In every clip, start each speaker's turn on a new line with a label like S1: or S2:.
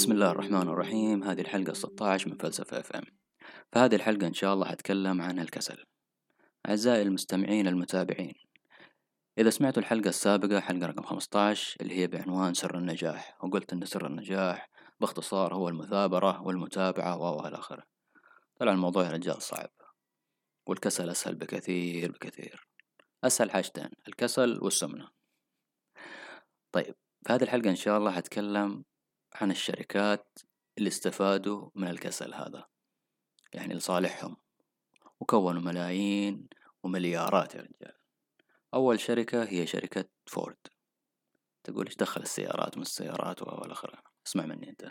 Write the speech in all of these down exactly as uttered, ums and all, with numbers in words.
S1: بسم الله الرحمن الرحيم. هذه الحلقة ستة عشر من فلسفة اف ام. فهذه الحلقة إن شاء الله حتكلم عن الكسل. أعزائي المستمعين المتابعين، إذا سمعتوا الحلقة السابقة حلقة رقم خمسة عشر اللي هي بعنوان سر النجاح، وقلت أن سر النجاح باختصار هو المثابرة والمتابعة وإلى آخره. طلع الموضوع يا رجال صعب، والكسل أسهل بكثير بكثير. أسهل حاجتين، الكسل والسمنة. طيب، في هذه الحلقة إن شاء الله حتكلم عن الشركات اللي استفادوا من الكسل هذا، يعني لصالحهم، وكونوا ملايين ومليارات يا رجال. أول شركة هي شركة فورد. تقول إيش دخل السيارات من السيارات والآخرة؟ اسمع مني أنت.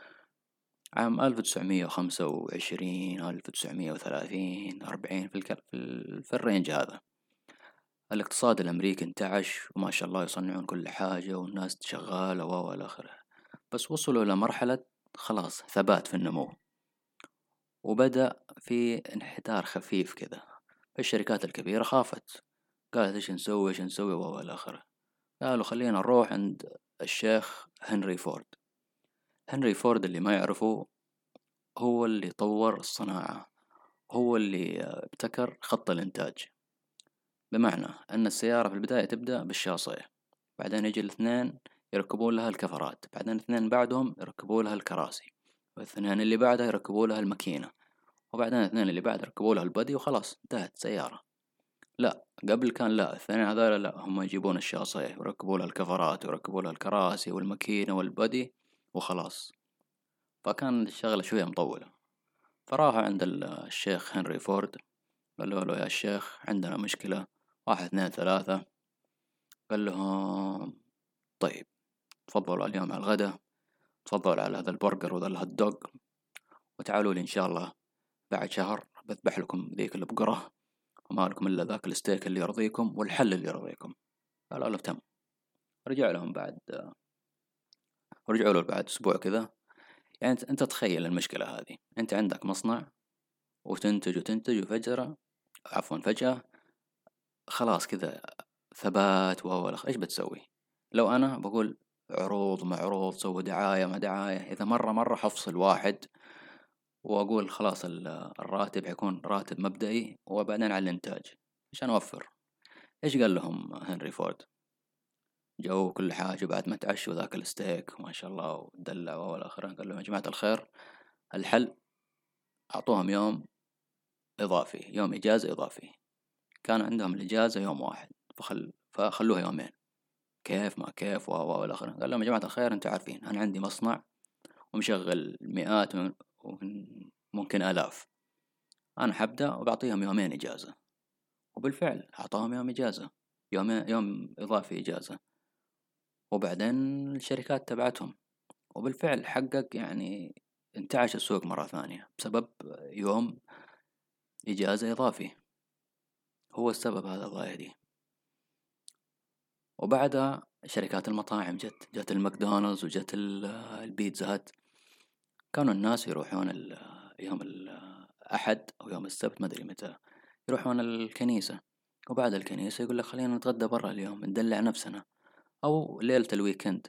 S1: عام ألف وتسعمية وخمسة وعشرين ألف وتسعمية وثلاثين أربعين في, الك... في, ال... في الرينج هذا الاقتصاد الأمريكي انتعش، وما شاء الله يصنعون كل حاجة والناس شغالة والآخرة. بس وصلوا إلى مرحلة خلاص ثبات في النمو، وبدأ في انحدار خفيف كذا. الشركات الكبيرة خافت، قالت إيش نسوي إيش نسوي وإلى آخره. قالوا خلينا نروح عند الشيخ هنري فورد. هنري فورد اللي ما يعرفه هو اللي طور الصناعة، هو اللي ابتكر خط الإنتاج. بمعنى أن السيارة في البداية تبدأ بالشاصية، بعدين يجي الاثنين يركبون لها الكفرات، بعدين الاثنين بعدهم يركبون لها الكراسي، والاثنين اللي بعدها يركبون لها الماكينة، وبعدين الاثنين اللي بعد يركبوا لها البدي، وخلاص انتهت سيارة. لا، قبل كان لا، الاثنين هذول لا، هم يجيبون الشاصية ويركبوا لها الكفرات ويركبوا لها الكراسي والماكينة والبدي وخلاص. فكان الشغلة شوية مطولة. فراحوا عند الشيخ هنري فورد، قالوا له يا شيخ عندنا مشكلة، واحد اثنين ثلاثة. قال لهم طيب، تفضلوا اليوم على الغداء، تفضلوا على هذا البرجر وذا الهوت دوغ، وتعالوا لي إن شاء الله بعد شهر بذبح لكم ذيك البقرة، وما لكم إلا ذاك الستيك اللي يرضيكم والحل اللي يرضيكم. قالوا له تم. رجع لهم بعد رجعوا له بعد أسبوع كذا. يعني أنت تخيل المشكلة هذه، أنت عندك مصنع وتنتج وتنتج وفجأة عفوا فجأة خلاص كذا ثبات وأول إيش بتسوي؟ لو أنا بقول عروض معروض، سوي دعاية مع دعاية، إذا مرة مرة حفصل واحد وأقول خلاص الراتب حيكون راتب مبدئي وبعدين على الإنتاج عشان أوفر. إيش قال لهم هنري فورد؟ جو كل حاجة بعد ما تعشوا ذاك الستيك ما شاء الله ودلع والآخرين، قال لهم يا جماعة الخير، الحل أعطوهم يوم إضافي، يوم إجازة إضافي. كان عندهم الإجازة يوم واحد، فخل فخلوها يومين. كيف ما كيف و والآخرين. قال لهم يا جماعة الخير، أنتوا عارفين أنا عندي مصنع ومشغل مئات وممكن آلاف، أنا حبدأ وبعطيهم يومين إجازة. وبالفعل أعطاهم يوم إجازة، يوم يوم إضافي إجازة، وبعدين الشركات تبعتهم، وبالفعل حقق يعني انتعش السوق مرة ثانية بسبب يوم إجازة إضافي. هو السبب هذا الضايع دي. وبعدها شركات المطاعم جت جت الماكدونالدز وجت البيتزا. كانوا الناس يروحون يوم الأحد أو يوم السبت ما أدري متى، يروحون الكنيسة، وبعد الكنيسة يقول لك خلينا نتغدى برا اليوم ندلع نفسنا، أو ليلة الويكند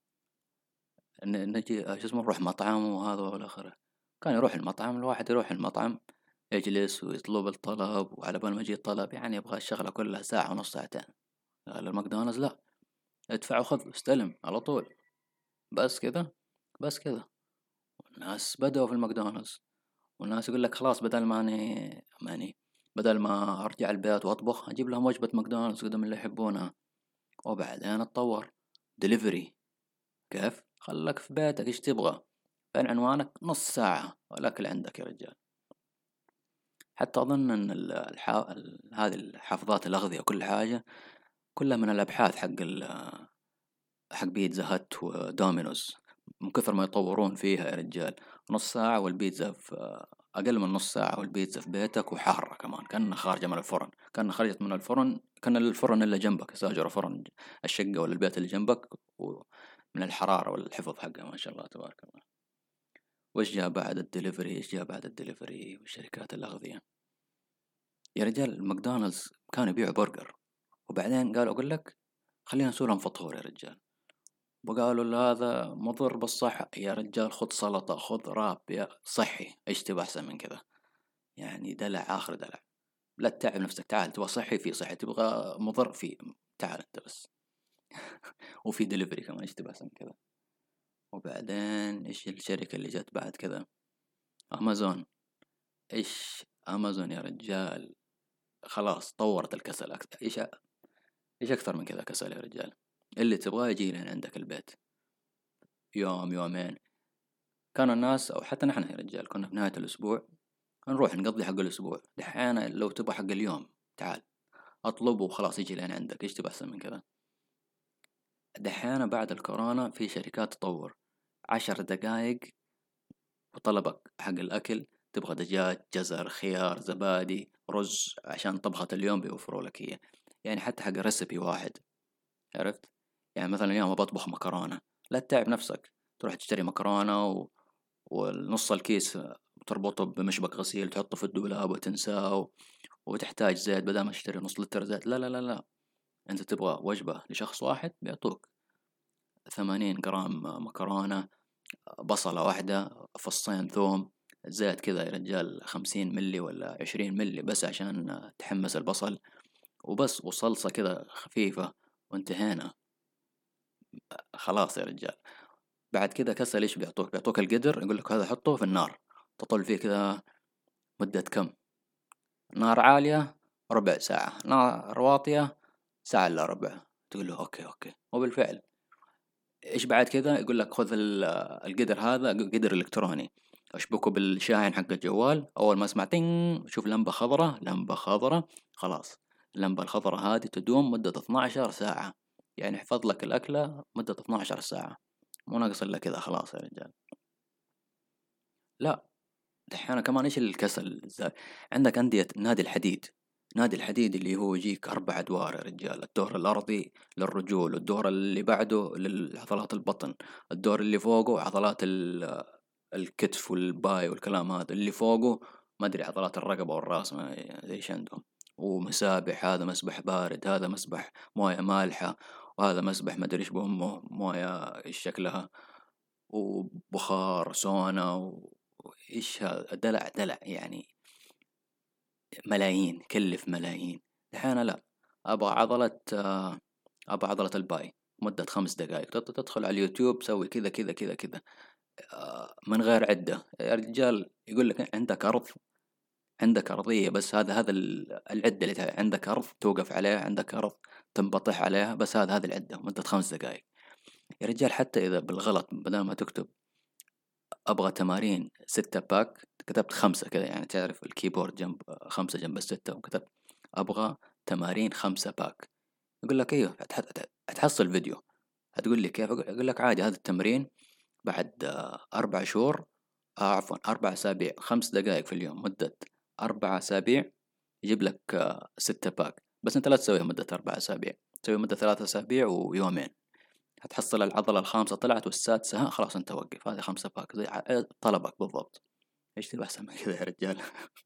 S1: نجي شو اسمه نروح مطعم وهذا والآخرة. كان يروح المطعم، الواحد يروح المطعم يجلس ويطلب الطلب، وعلى بال ما يجي الطلب يعني يبغى الشغلة كلها ساعة ونص ساعتين. قال الماكدونالدز لا، ادفع وخذ استلم على طول، بس كذا بس كذا. الناس بدأوا في الماكدونالدز، والناس يقول لك خلاص بدل ما أني ماني بدل ما أرجع البيت وأطبخ أجيب لهم وجبة ماكدونالدز قدام اللي يحبونها. وبعدين اتطور دليفري. كيف خلك في بيتك ايش تبغى، فين عنوانك، نص ساعة والأكل عندك يا رجال. حتى أظن أن الحا... هذه الحافظات الأغذية وكل حاجة كلها من الأبحاث حق ال... حق بيتزا هات ودومينوز، من كثر ما يطورون فيها يا رجال. نص ساعة والبيتزا في أقل من نص ساعة، والبيتزا في بيتك وحارة كمان، كأنها خارجة من الفرن، كأنها خرجت من الفرن، كان الفرن اللي جنبك استأجر فرن الشقة ولا البيت اللي جنبك، ومن الحرارة والحفظ حقها ما شاء الله تبارك الله. وش جاء بعد الدليفري ايش جاء بعد الدليفري وشركات الأغذية يا رجال؟ ماكدونالدز كانوا يبيعوا برجر، وبعدين قالوا أقول لك خلينا نسوي لهم فطور يا رجال. وقالوا له هذا مضر بالصحة. يا رجال خذ سلطة، خذ راب، يا صحي، ايش تبغى احسن من كذا؟ يعني دلع اخر دلع. لا تتعب نفسك، تعال تبغى صحي في صحي، تبغى مضر في، تعال انت بس. وفي دليفري كمان، ايش تبغى احسن من كذا؟ وبعدين ايش الشركة اللي جت بعد كذا؟ امازون. ايش امازون يا رجال؟ خلاص طورت الكسل اكثر. ايش ايش اكثر من كذا كسل يا رجال؟ اللي تبغاه يجي لين عندك البيت، يوم يومين. كان الناس او حتى نحن يا رجال كنا في نهاية الاسبوع نروح نقضي حق الاسبوع، دحين لو تبغى حق اليوم تعال اطلب وخلاص يجي لين عندك. ايش تبغى احسن من كذا؟ دحين بعد الكورونا في شركات تطور، عشر دقايق وطلبك حق الأكل. تبغى دجاج، جزر، خيار، زبادي، رز، عشان طبخة اليوم بيوفروا لك هي. يعني حتى حق ريسبي واحد، عرفت؟ يعني مثلا اليوم بطبخ مكرونة، لا تتعب نفسك، تروح تشتري مكرونة و... ونص الكيس تربطه بمشبك غسيل تحطه في الدولاب وتنساه و... وتحتاج زيت بدل ما تشتري نص لتر زيت. لا لا لا لا، انت تبغى وجبة لشخص واحد بيعطوك ثمانين جرام مكرونة، بصلة واحدة، فصين ثوم، زيت كذا يا رجال خمسين ملي ولا عشرين ملي بس عشان تحمس البصل، وبس، وصلصة كذا خفيفة، وانتهينا. خلاص يا رجال. بعد كذا كسل ايش بيعطوك؟ بيعطوك القدر، يقول لك هذا حطه في النار، تطل فيه كذا مدة كم؟ نار عالية ربع ساعة، نار واطية ساعة الا ربع. تقول له اوكي اوكي، وبالفعل ايش بعد كذا؟ يقول لك خذ ال- القدر هذا، قدر الكتروني، اشبكه بالشاحن حق الجوال، اول ما اسمع تين شوف لمبة خضرة، لمبة خضرة، خلاص. اللمبة الخضرة هذه تدوم مدة اثنا عشر ساعة، يعني احفظ لك الأكلة مدة اثنا عشر ساعة، مو ناقص إلا كذا خلاص يا رجال. لا، دحين كمان ايش الكسل زي- عندك أندية نادي الحديد. نادي الحديد اللي هو يجيك أربع أدوار يا رجال، الدور الأرضي للرجول، والدور اللي بعده لعضلات البطن، الدور اللي فوقه عضلات ال- الكتف والباي والكلام هذا، اللي فوقه ما أدري عضلات الرقبة والرأس، ما أدري إيش عندهم. ومسابح، هذا مسبح بارد، هذا مسبح موية مالحة، وهذا مسبح ما أدري إيش بأمه موية إيش شكلها، وبخار سونا و... وإيش هذا دلع دلع يعني. ملايين، كلف ملايين. الحين لا، أبغى عضلة آه، أبغى عضلة الباي مدة خمس دقائق، تت- تدخل على اليوتيوب سوي كذا كذا كذا كذا، آه، من غير عدة يا رجال. يقول لك عندك أرض، عندك أرضية بس، هذا هذا ال- العدة اللي تع- عندك أرض توقف عليها، عندك أرض تنبطح عليها، بس هذا هذه العدة مدة خمس دقائق. يا رجال حتى إذا بالغلط بدل ما تكتب أبغى تمارين ستة باك، كتبت خمسة كذا، يعني تعرف الكيبورد جنب خمسة جنب الستة، وكتبت أبغى تمارين خمسة باك، يقول لك أيوه هتح- هت- هتحصل فيديو. هتقول لي كيف؟ أقول لك عادي، هذا التمرين بعد آه، أربع شهور، آه عفوا أربع أسابيع، خمس دقائق في اليوم مدة أربع أسابيع، يجيب لك آه، ستة باك. بس أنت لا تسويها مدة أربع أسابيع، تسوي مدة ثلاثة أسابيع ويومين، هتحصل العضلة الخامسة طلعت والسادسة ها خلاص انت وقف، هذه خمسة باك زي ع- طلبك بالضبط. ايش تبغى احسن من كذا يا رجال؟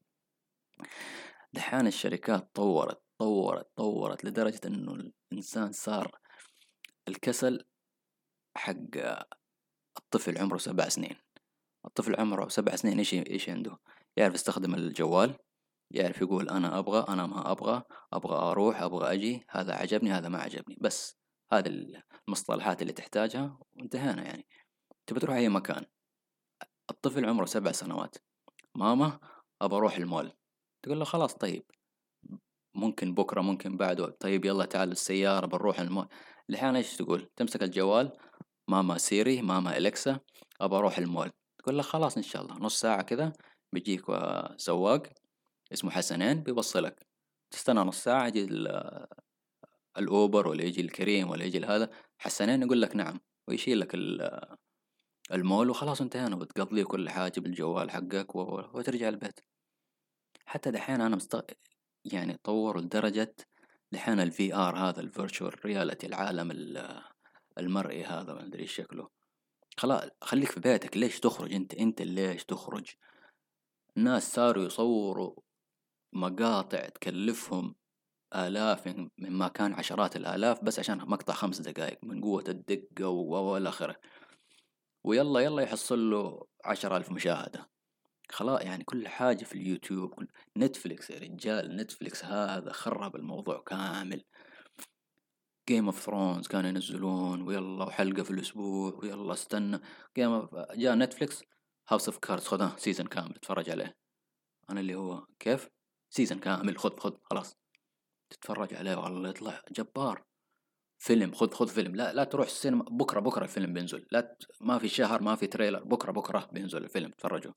S1: دحين الشركات طورت طورت طورت لدرجة انه الانسان صار الكسل حق الطفل عمره سبع سنين. الطفل عمره سبع سنين ايش ايش عنده؟ يعرف يستخدم الجوال، يعرف يقول انا ابغى، انا ما ابغى، ابغى اروح، ابغى اجي، هذا عجبني، هذا ما عجبني، بس هذه المصطلحات اللي تحتاجها وانتهينا يعني. تبي تروح اي مكان، الطفل عمره سبع سنوات، ماما ابى اروح المول، تقول له خلاص طيب، ممكن بكره ممكن بعده، طيب يلا تعال السيارة بنروح المول. الحين ايش تقول؟ تمسك الجوال، ماما سيري، ماما الكسا، ابى اروح المول، تقول له خلاص ان شاء الله نص ساعة كذا بيجيك آه، سواق اسمه حسنين بيوصلك، تستنى نص ساعة يجي ال- الأوبر ولا يجي الكريم ولا يجي هذا، حسنين يقول لك نعم، ويشيل لك ال- المول، وخلاص انتهينا، وتقضي كل حاجة بالجوال حقك و- وترجع البيت. حتى دحين انا مست... يعني طوروا لدرجة دحين الفي ار هذا الفيرتشوال رياليتي، العالم ال- المرئي هذا ما ادري إيش شكله. خلاص خليك في بيتك، ليش تخرج انت؟ انت ليش تخرج؟ الناس صاروا يصوروا مقاطع تكلفهم آلاف من- مما كان عشرات الآلاف بس عشان مقطع خمس دقائق من قوة الدقة و- والى آخره. ويلا يلا يحصل له عشر ألف مشاهدة. خلاص يعني كل حاجة في اليوتيوب. كل نتفليكس يا رجال، نتفليكس هذا خرب الموضوع كامل. جيم اوف ثرونز كانوا ينزلون ويلا وحلقة في الأسبوع ويلا استنى. جيم اوف جاء نتفليكس، هاوس اوف كاردز خذها سيزن كامل اتفرج عليه. أنا اللي هو كيف سيزن كامل؟ خذ خذ خلاص تتفرج عليه والله يطلع جبار. فيلم خذ خذ فيلم، لا لا تروح السينما بكرة بكرة الفيلم بينزل، لا ت... ما في شهر ما في تريلر، بكرة بكرة بينزل الفيلم تفرجوا.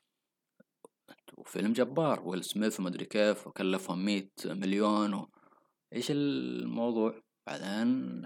S1: وفيلم جبار، ويل سميث ومدري كيف وكلفهم مية مليون و... ايش الموضوع بعدين؟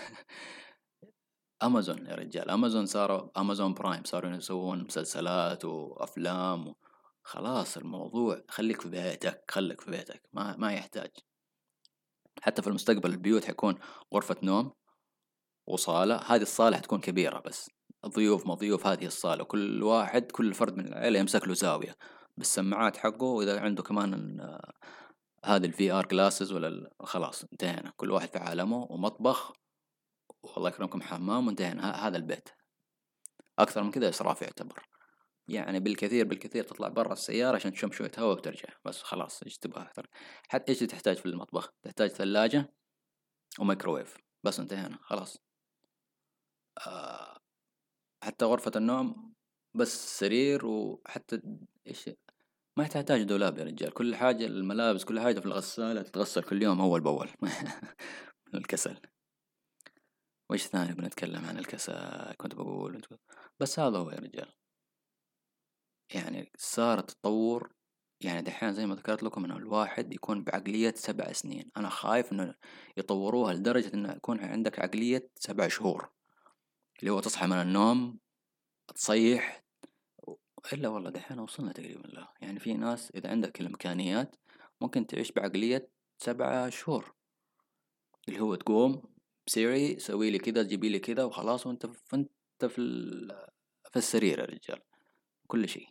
S1: امازون يا رجال، امازون صاروا امازون برايم صاروا يسوون مسلسلات وافلام و... خلاص الموضوع خليك في بيتك، خليك في بيتك ما ما يحتاج. حتى في المستقبل البيوت حيكون غرفة نوم وصالة، هذه الصالة حتكون كبيرة بس ضيوف ما ضيوف هذه الصالة، كل واحد كل فرد من العيلة يمسك له زاوية بالسماعات حقه، وإذا عنده كمان آه، هذه الفي ار جلاسز ولا ال- خلاص انتهينا، كل واحد في عالمه ومطبخ والله يكرمكم حمام وانتهينا. ه- هذا البيت أكثر من كذا إسراف يعتبر. يعني بالكثير بالكثير تطلع برا السيارة عشان تشم شوية هواء وترجع بس خلاص. ايش تبغى أكثر؟ حتى ايش تحتاج في المطبخ؟ تحتاج ثلاجة وميكروويف بس انتهينا خلاص. آه، حتى غرفة النوم بس سرير، وحتى ايش ما تحتاج دولاب يا رجال، كل حاجة الملابس كل حاجة في الغسالة تتغسل كل يوم أول بأول. من الكسل. وإيش ثاني بنتكلم عن الكسل؟ كنت بقول بس هذا هو يا رجال. يعني صار التطور، يعني دحين زي ما ذكرت لكم إنه الواحد يكون بعقلية سبع سنين، أنا خايف إنه يطوروها لدرجة إنه يكون عندك عقلية سبع شهور، اللي هو تصحى من النوم تصيح. إلا والله دحين وصلنا تقريبا له، يعني في ناس إذا عندك الإمكانيات ممكن تعيش بعقلية سبعة شهور، اللي هو تقوم سيري سوي لي كذا تجيبي لي كذا وخلاص، وانت في انت في ال... في السرير يا رجال كل شيء.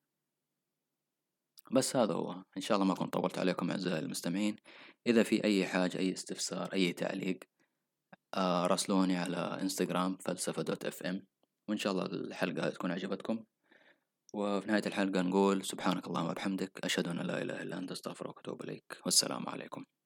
S1: بس هذا هو، ان شاء الله ما كنت طولت عليكم اعزائي المستمعين. اذا في اي حاجة اي استفسار اي تعليق آه راسلوني على انستغرام فلسفة دوت اف ام، وان شاء الله الحلقة تكون عجبتكم. وفي نهاية الحلقة نقول سبحانك اللهم وبحمدك أشهد أن لا إله إلا أنت أستغفرك وأتوب إليك، والسلام عليكم.